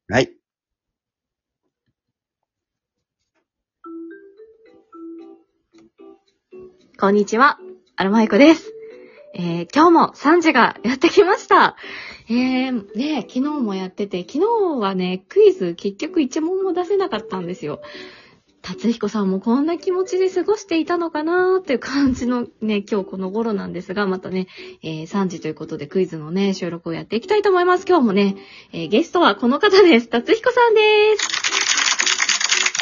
はい。 こんにちは、アロマイコです。今日も3時がやってきました。昨日もやってて、昨日はね、クイズ結局1問も出せなかったんですよ。達彦さんもこんな気持ちで過ごしていたのかなーっていう感じのね、今日この頃なんですが、またね、3時ということでクイズのね、収録をやっていきたいと思います。今日もね、ゲストはこの方です。達彦さんです。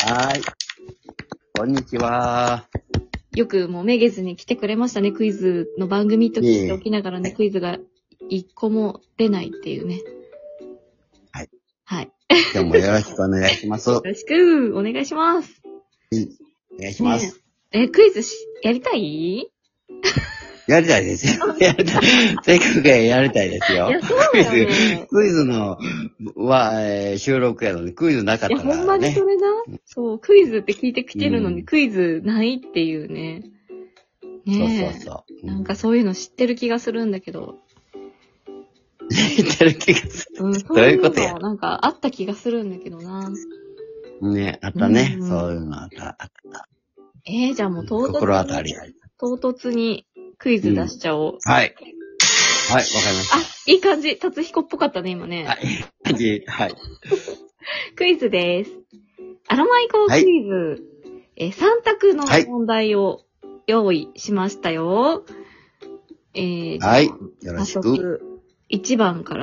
はーい。こんにちは。 よくもうめげずに来てくれましたね、クイズの番組と聞いておきながらね、クイズが一個も出ないっていうね。 はい。 はい。 今日もよろしくお願いします。 よろしくお願いします。 お願いします。 ね、クイズやりたい？ やりたいですよ。やりたい。せっかくやりたいですよ。 いや、そうだよね。 クイズの収録やのにクイズなかったからね。 いや、ほんまにそれな。そう、クイズって聞いてきてるのに、クイズないっていうね。ねえ。そう。なんかそういうの知ってる気がするんだけど。 知ってる気がする。 どういうことや。なんかあった気がするんだけどな。 ね、あったね。そういうのあった。 じゃあもう唐突にクイズ出しちゃおう。 はい。はい、わかりました。 あ、いい感じ。達彦っぽかったね、今ね。 はい、いい感じ。はい。 クイズです。アロマイコクイズ。3択の問題を用意しましたよ。 はい。よろしく。 1番から。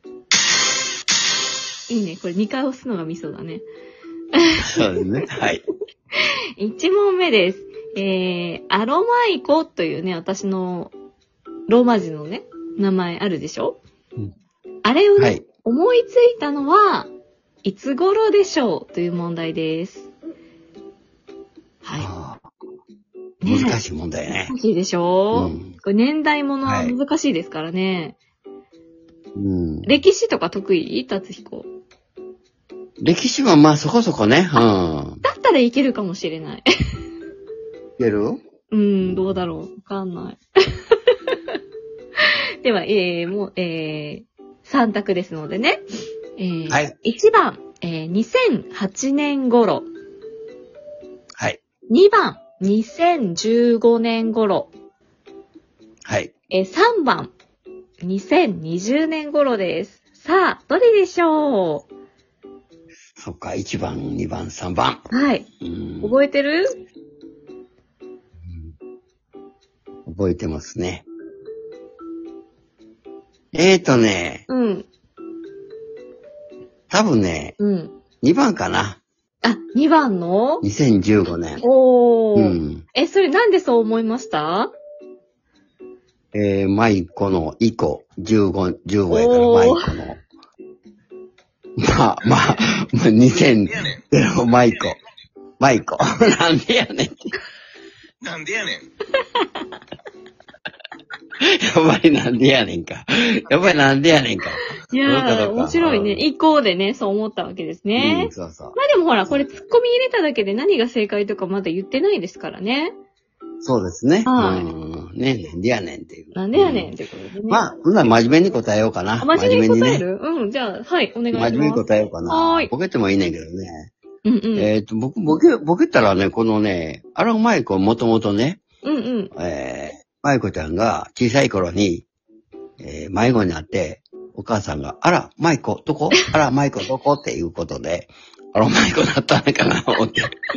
いいね。これ2回押すのがミソだね。 そうですね。はい。 1問目です。アロマイコというね、私のローマ字のね、名前あるでしょ？あれをね、思いついたのはいつ頃でしょうという問題です。はい。 難しい問題ね。 難しいでしょ？これ年代物は難しいですからね。歴史とか得意？達彦。 歴史はまあそこそこね。 だったらいけるかもしれない。いける？ どうだろう。わかんない。では、3択ですのでね。 はい。 1番、2008年頃。 はい。 2番、2015年頃。 はい。 3番、2020年頃です。さあ、どれでしょう？ そっか、1番、2番、3番。 はい。覚えてる？ 覚えてますね。多分ね、2番かな。 あ、2番の ?2015 年。 おー。それなんでそう思いました？ マイコの以降、15やからマイコの。まあ、2000、マイコ。なんでやねんって。 なんでやねん。 やっぱりなんでやねんか。 いやー、面白いね。以降でね、そう思ったわけですね。 そうそう。 まあでもほら、これツッコミ入れただけで何が正解とかまだ言ってないですからね。 そうですね。 はい。 ね、なんでやねんっていう。 なんでやねんってことでね。 まあ、ほんなら真面目に答えようかな。 真面目に答える？じゃあ、はい、お願いします。 真面目に答えようかな。 はい。 ボケてもいいねんけどね。ボケたらね、このね、アロンマイコもともとね、マイコちゃんが小さい頃に、迷子になって、お母さんが、あら、マイコ、どこ？あら、マイコ、どこ？っていうことで、アロンマイコだったのかなと思って。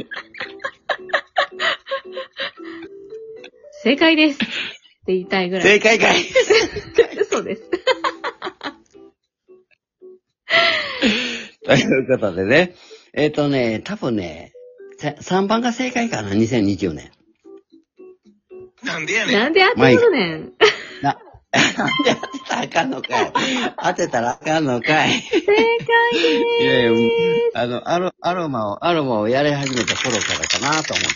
正解です。って言いたいぐらい。 正解かい。 そうです。 ということでね。多分ね、3番が正解かな、2020年。 なんでやねん。 なんで当てるねん。 なんで当てたらあかんのかい。当てたらあかんのかい。 正解でーす。 アロマをやり始めた頃からかなと思って。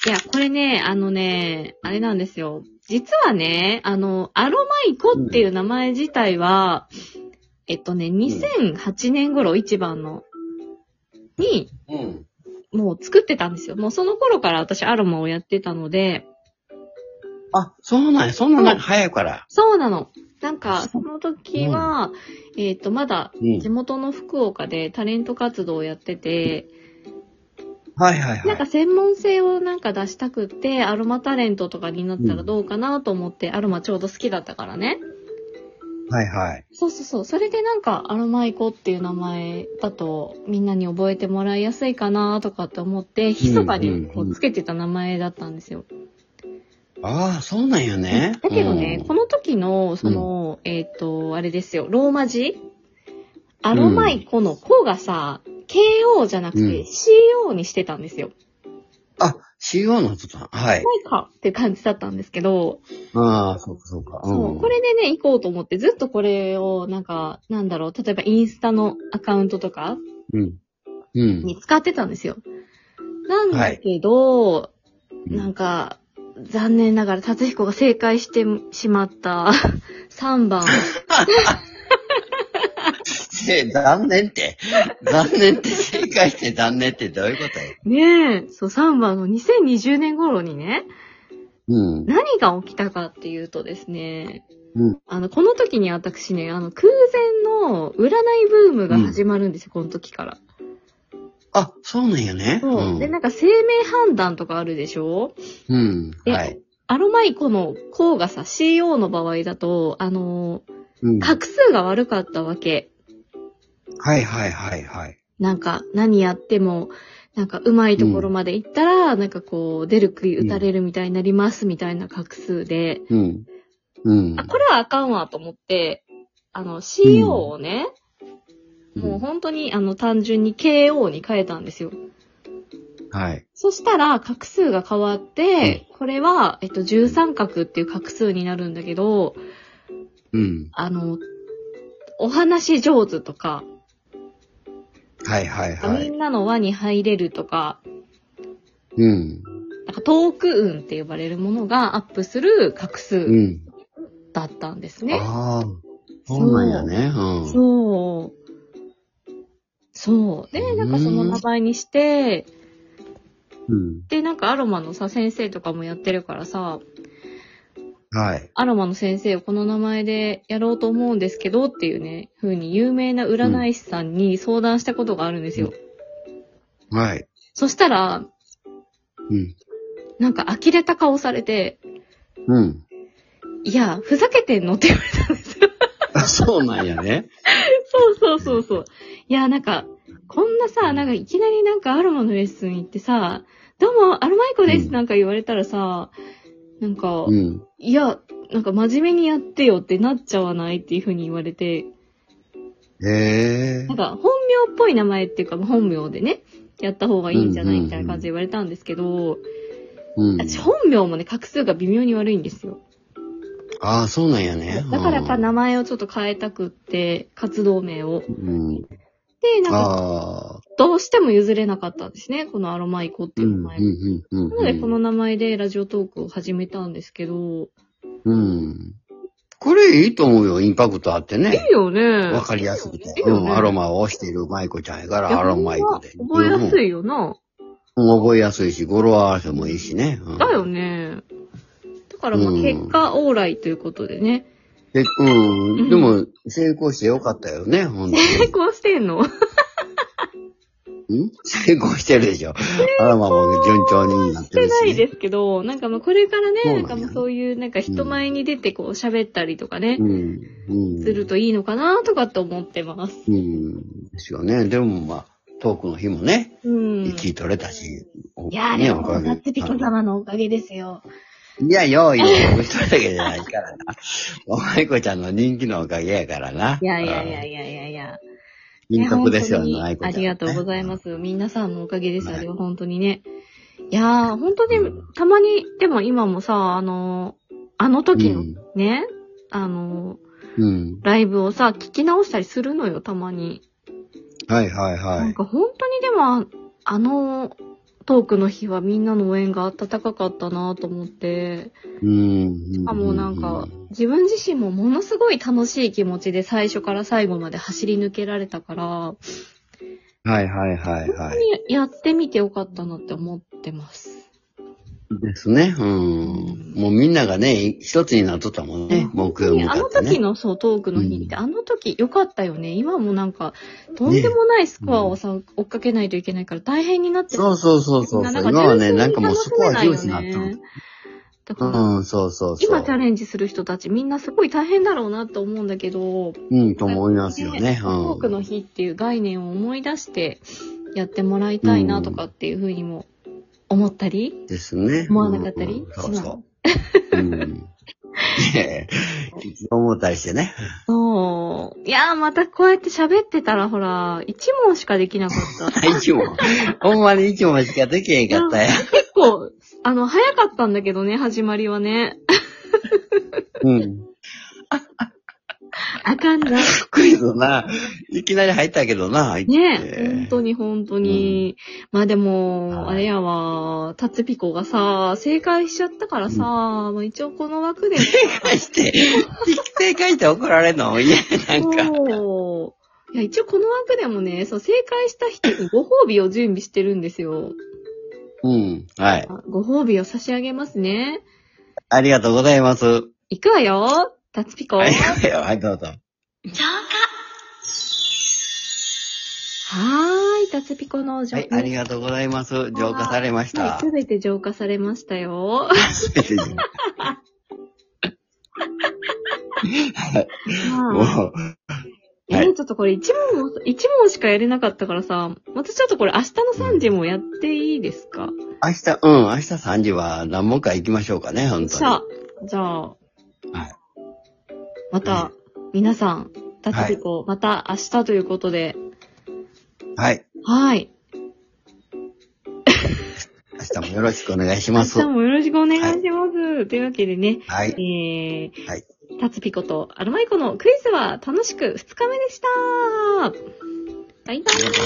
いや、これね、あれなんですよ。実はね、アロマイコっていう名前自体は、2008年頃一番の、に、もう作ってたんですよ。もうその頃から私アロマをやってたので。 あ、そうなんや。そんな早いから。 そうなの。 なんか、その時は、まだ地元の福岡でタレント活動をやってて、 はいはいはい。 なんか専門性をなんか出したくって、アロマタレントとかになったらどうかなと思って、アロマちょうど好きだったからね。 はいはい。 そうそうそう。それでなんか、アロマイコっていう名前だと、みんなに覚えてもらいやすいかなとかって思って、密かにこうつけてた名前だったんですよ。 ああ、そうなんよね。 だけどね、この時の、あれですよ、ローマ字アロマイコのコがさ、KO じゃなくて CO にしてたんですよ。 あ、CO のことだ。はい。 マイカって感じだったんですけど。 ああ、そうかそうか。 そう、これでね、行こうと思って、ずっとこれを、なんか、なんだろう、例えばインスタのアカウントとかに使ってたんですよ。なんだけど、なんか、残念ながら、達彦が正解してしまった3番。 残念って正解して残念ってどういうことよ。 ねえ、そう、3番の2020年頃にね、何が起きたかっていうとですね、この時に私ね、空前の占いブームが始まるんですよ、この時から。 あ、そうなんやね。 そう。で、なんか生命判断とかあるでしょ？ はい。 アロマイコの項がさ、CO の場合だと、画数が悪かったわけ。 はいはいはいはい。 なんか、何やっても、なんか、うまいところまで行ったら、なんかこう、出る杭打たれるみたいになりますみたいな画数で、これはあかんわと思って、CO をね、もう本当に単純に KO に変えたんですよ。 はい。 そしたら、画数が変わって、これは、13画っていう画数になるんだけど、お話上手とか、 はいはいはい。 みんなの輪に入れるとか、なんかトーク運って呼ばれるものがアップする画数だったんですね。 ああ、そうなんやね。 そう。で、なんかその名前にして、で、なんかアロマのさ、先生とかもやってるからさ、 はい。 アロマの先生をこの名前でやろうと思うんですけどっていうね、風に有名な占い師さんに相談したことがあるんですよ。 はい。 そしたら、なんか呆れた顔されて、いや、ふざけてんのって言われたんですよ。 そうなんやね。 そう。いや、なんか、こんなさ、なんかいきなりなんかアロマのレッスン行ってさ、どうも、アロマイコですなんか言われたらさ、なんか、いや、なんか真面目にやってよってなっちゃわないっていう風に言われて。なんか本名っぽい名前っていうか本名でね、やった方がいいんじゃないみたいな感じで言われたんですけど、私本名もね、画数が微妙に悪いんですよ。 ああ、そうなんやね。 だからやっぱ名前をちょっと変えたくって、活動名を。で、なんか、どうしても譲れなかったんですね。このアロマイコっていう名前も。なので、この名前でラジオトークを始めたんですけど。 これいいと思うよ。インパクトあってね。 いいよね。 わかりやすくて。アロマを押しているマイコちゃんやから、アロマイコで。 覚えやすいよな。 覚えやすいし、語呂合わせもいいしね。 だよね。だからまあ、結果オーライということでね。 でも、成功してよかったよね、ほんとに。 成功してんの成功してるでしょ。アロマも順調になってるし、ね。 してないですけど、なんかまあこれからね、なんかもうそういうなんか人前に出てこう喋ったりとかね、するといいのかなとかって思ってます。 ですよね。でもまあ、トークの日もね、聞い取れたし。 いやーでも、夏ピコ様のおかげですよ。 いや、僕一人だけじゃないからな。おまいこちゃんの人気のおかげやからな。 いや。 人格ですよね、ありがとうございます。皆さんのおかげです、あれは本当にね。いやー、本当に、たまに、でも今もさ、あの時のね、ライブをさ、聞き直したりするのよ、たまに。 はい。 なんか本当にでも、トークの日はみんなの応援が温かかったなと思って。しかもなんか、自分自身もものすごい楽しい気持ちで最初から最後まで走り抜けられたから。はい。本当にやってみてよかったなって思ってます。 ですね。もうみんながね、一つになっとったもんね。木曜日、ね。 あの時のそう、トークの日って、あの時良かったよね。今もなんか、とんでもないスコアをさ、追っかけないといけないから大変になってる。 そう。今はね、なんかもうスコア重視になってる。 だから、そう。今チャレンジする人たちみんなすごい大変だろうなと思うんだけど。 と思いますよね。 トークの日っていう概念を思い出してやってもらいたいなとかっていうふうにも思ったり。 ですね。 思わなかったり。 そう。思ったりしてね。 そう。いやー、またこうやって喋ってたらほら、1問しかできなかった。 1問。ほんまに1問しかできへんかったよ。 結構、早かったんだけどね、始まりはね。あかんな。 クイズな、いきなり入ったけどな。 ね本当に。まあでも、あれやわ、タツピコがさ、正解しちゃったからさ、まあ一応この枠で。 正解して怒られんのいや、なんか。 いや、一応この枠でもね、そう、正解した人にご褒美を準備してるんですよ。 はい。 ご褒美を差し上げますね。 ありがとうございます。 いくわよ。タツピコ。 はい、どうぞ。 浄化。タツピコの浄化。はい、ありがとうございます。浄化されました。 すべて浄化されましたよ。もう。ちょっとこれ1問しかやれなかったからさ、またちょっとこれ明日の3時もやっていいですか？ 明日3時は何問か行きましょうかね、本当に。 じゃあ、また、皆さん、タツピコ、また明日ということで。 はい。明日もよろしくお願いします。 明日もよろしくお願いします。というわけでね、タツピコとアルマイコのクイズは楽しく2日目でした。バイバイ。